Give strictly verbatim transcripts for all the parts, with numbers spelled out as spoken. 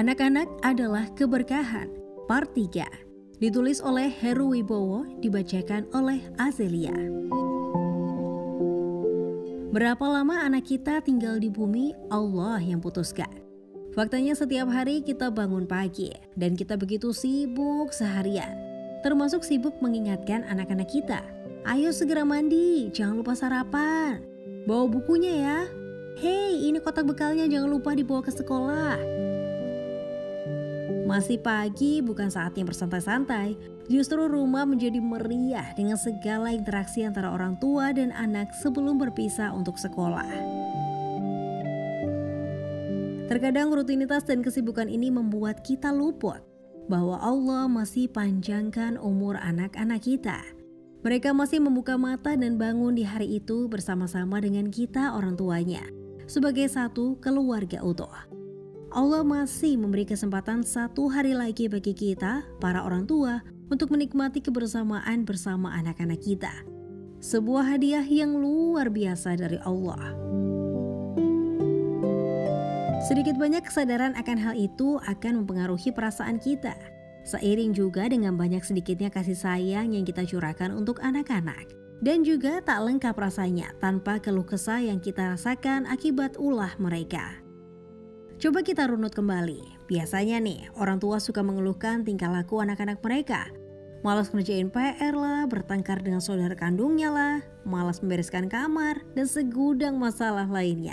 Anak-anak adalah keberkahan, part tiga. Ditulis oleh Heru Wibowo, dibacakan oleh Azelia. Berapa lama anak kita tinggal di bumi, Allah yang putuskan. Faktanya setiap hari kita bangun pagi dan kita begitu sibuk seharian. Termasuk sibuk mengingatkan anak-anak kita. Ayo segera mandi, jangan lupa sarapan. Bawa bukunya ya. Hei, ini kotak bekalnya jangan lupa dibawa ke sekolah. Masih pagi, bukan saatnya bersantai-santai. Justru rumah menjadi meriah dengan segala interaksi antara orang tua dan anak sebelum berpisah untuk sekolah. Terkadang rutinitas dan kesibukan ini membuat kita luput bahwa Allah masih panjangkan umur anak-anak kita. Mereka masih membuka mata dan bangun di hari itu bersama-sama dengan kita orang tuanya, sebagai satu keluarga utuh. Allah masih memberi kesempatan satu hari lagi bagi kita, para orang tua, untuk menikmati kebersamaan bersama anak-anak kita. Sebuah hadiah yang luar biasa dari Allah. Sedikit banyak kesadaran akan hal itu akan mempengaruhi perasaan kita. Seiring juga dengan banyak sedikitnya kasih sayang yang kita curahkan untuk anak-anak. Dan juga tak lengkap rasanya tanpa keluh kesah yang kita rasakan akibat ulah mereka. Coba kita runut kembali. Biasanya nih, orang tua suka mengeluhkan tingkah laku anak-anak mereka. Malas ngerjain P R lah, bertengkar dengan saudara kandungnya lah, malas membereskan kamar, dan segudang masalah lainnya.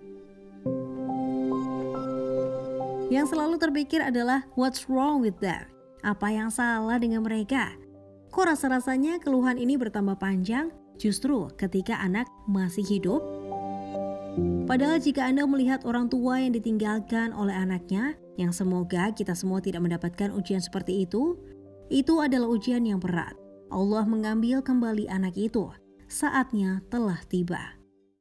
Yang selalu terpikir adalah, what's wrong with them? Apa yang salah dengan mereka? Kok rasa-rasanya keluhan ini bertambah panjang justru ketika anak masih hidup? Padahal jika Anda melihat orang tua yang ditinggalkan oleh anaknya, yang semoga kita semua tidak mendapatkan ujian seperti itu, itu adalah ujian yang berat. Allah mengambil kembali anak itu, saatnya telah tiba.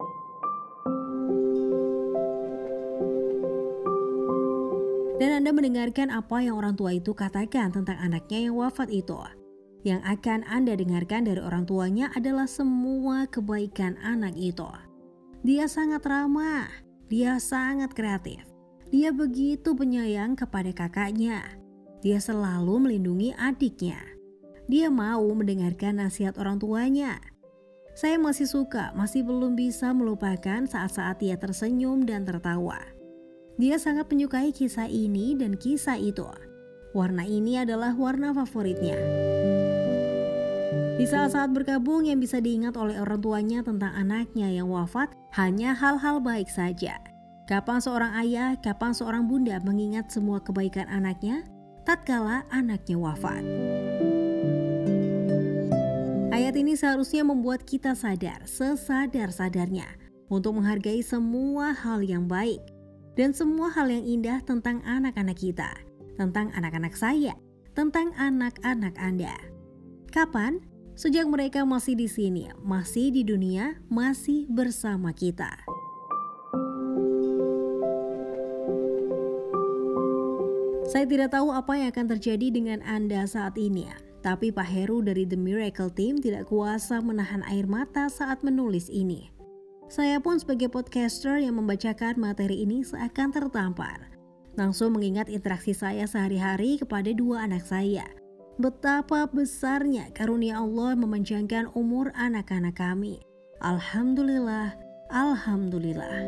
Dan Anda mendengarkan apa yang orang tua itu katakan tentang anaknya yang wafat itu. Yang akan Anda dengarkan dari orang tuanya adalah semua kebaikan anak itu. Dia sangat ramah, dia sangat kreatif, dia begitu penyayang kepada kakaknya, dia selalu melindungi adiknya, dia mau mendengarkan nasihat orang tuanya. Saya masih suka, masih belum bisa melupakan saat-saat dia tersenyum dan tertawa. Dia sangat menyukai kisah ini dan kisah itu. Warna ini adalah warna favoritnya. Di saat-saat berkabung yang bisa diingat oleh orang tuanya tentang anaknya yang wafat, hanya hal-hal baik saja. Kapan seorang ayah, kapan seorang bunda mengingat semua kebaikan anaknya, tatkala anaknya wafat. Ayat ini seharusnya membuat kita sadar, sesadar-sadarnya, untuk menghargai semua hal yang baik, dan semua hal yang indah tentang anak-anak kita, tentang anak-anak saya, tentang anak-anak Anda. Kapan? Sejak mereka masih di sini, masih di dunia, masih bersama kita. Saya tidak tahu apa yang akan terjadi dengan Anda saat ini, tapi Pak Heru dari The Miracle Team tidak kuasa menahan air mata saat menulis ini. Saya pun sebagai podcaster yang membacakan materi ini seakan tertampar. Langsung mengingat interaksi saya sehari-hari kepada dua anak saya. Betapa besarnya karunia Allah memanjangkan umur anak-anak kami. Alhamdulillah, Alhamdulillah.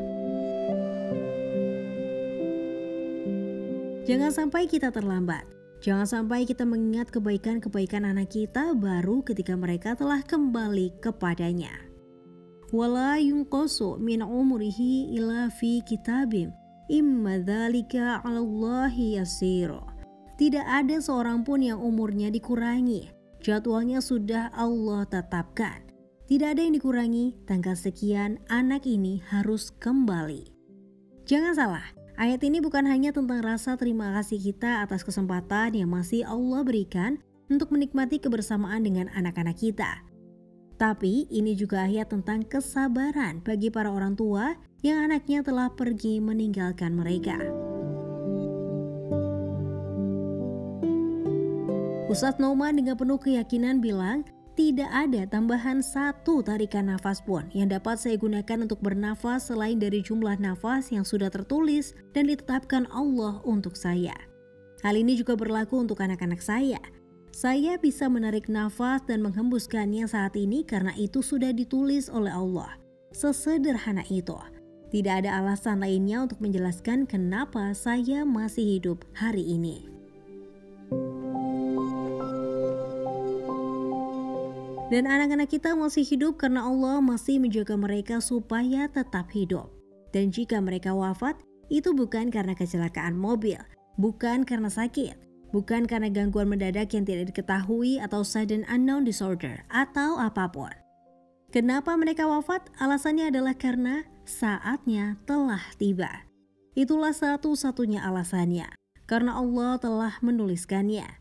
Jangan sampai kita terlambat. Jangan sampai kita mengingat kebaikan-kebaikan anak kita baru ketika mereka telah kembali kepadanya. Wala yunqasu min umrihi illa fi kitabim, imma dzalika 'alallahi yasir. Tidak ada seorang pun yang umurnya dikurangi. Jadwalnya sudah Allah tetapkan. Tidak ada yang dikurangi, tanggal sekian anak ini harus kembali. Jangan salah, ayat ini bukan hanya tentang rasa terima kasih kita atas kesempatan yang masih Allah berikan untuk menikmati kebersamaan dengan anak-anak kita. Tapi ini juga ayat tentang kesabaran bagi para orang tua yang anaknya telah pergi meninggalkan mereka. Ustadz Nauman dengan penuh keyakinan bilang, Tidak ada tambahan satu tarikan nafas pun yang dapat saya gunakan untuk bernafas selain dari jumlah nafas yang sudah tertulis dan ditetapkan Allah untuk saya. Hal ini juga berlaku untuk anak-anak saya. Saya bisa menarik nafas dan menghembuskannya saat ini karena itu sudah ditulis oleh Allah. Sesederhana itu. Tidak ada alasan lainnya untuk menjelaskan kenapa saya masih hidup hari ini. Dan anak-anak kita masih hidup karena Allah masih menjaga mereka supaya tetap hidup. Dan jika mereka wafat, itu bukan karena kecelakaan mobil, bukan karena sakit, bukan karena gangguan mendadak yang tidak diketahui atau sudden unknown disorder, atau apapun. Kenapa mereka wafat? Alasannya adalah karena saatnya telah tiba. Itulah satu-satunya alasannya, karena Allah telah menuliskannya.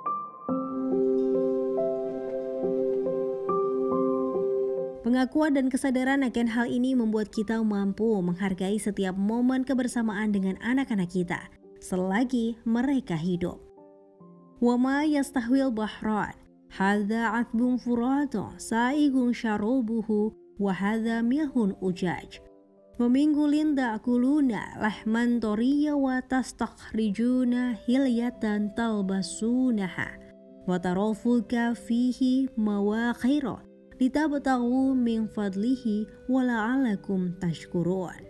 Pengakuan dan kesadaran akan hal ini membuat kita mampu menghargai setiap momen kebersamaan dengan anak-anak kita selagi mereka hidup. Wa ma yastahwil bahran, hadza athbun furatun sa'igun syarubuhu wa hadza milhun ujaj. Memingulin da'kuluna lahman toriya wa tastakhrijuna hilyatan talbasunaha wa tarafulka fihi mawakhirat litabtaghu min fadlihi wa la'alakum tashkurun.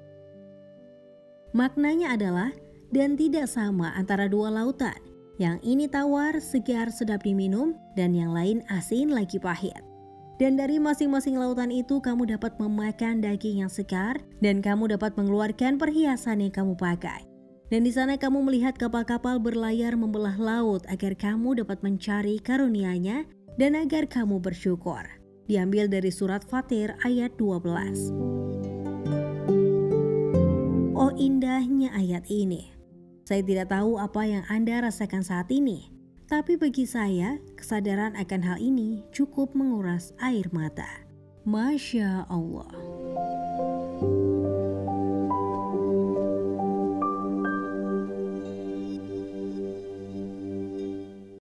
Maknanya adalah dan tidak sama antara dua lautan. Yang ini tawar, segar, sedap diminum, dan yang lain asin lagi pahit. Dan dari masing-masing lautan itu kamu dapat memakan daging yang segar dan kamu dapat mengeluarkan perhiasan yang kamu pakai. Dan di sana kamu melihat kapal-kapal berlayar membelah laut agar kamu dapat mencari karunia-Nya dan agar kamu bersyukur. Diambil dari surat Fatir ayat dua belas. Oh indahnya ayat ini. Saya tidak tahu apa yang Anda rasakan saat ini. Tapi bagi saya, kesadaran akan hal ini cukup menguras air mata. Masya Allah.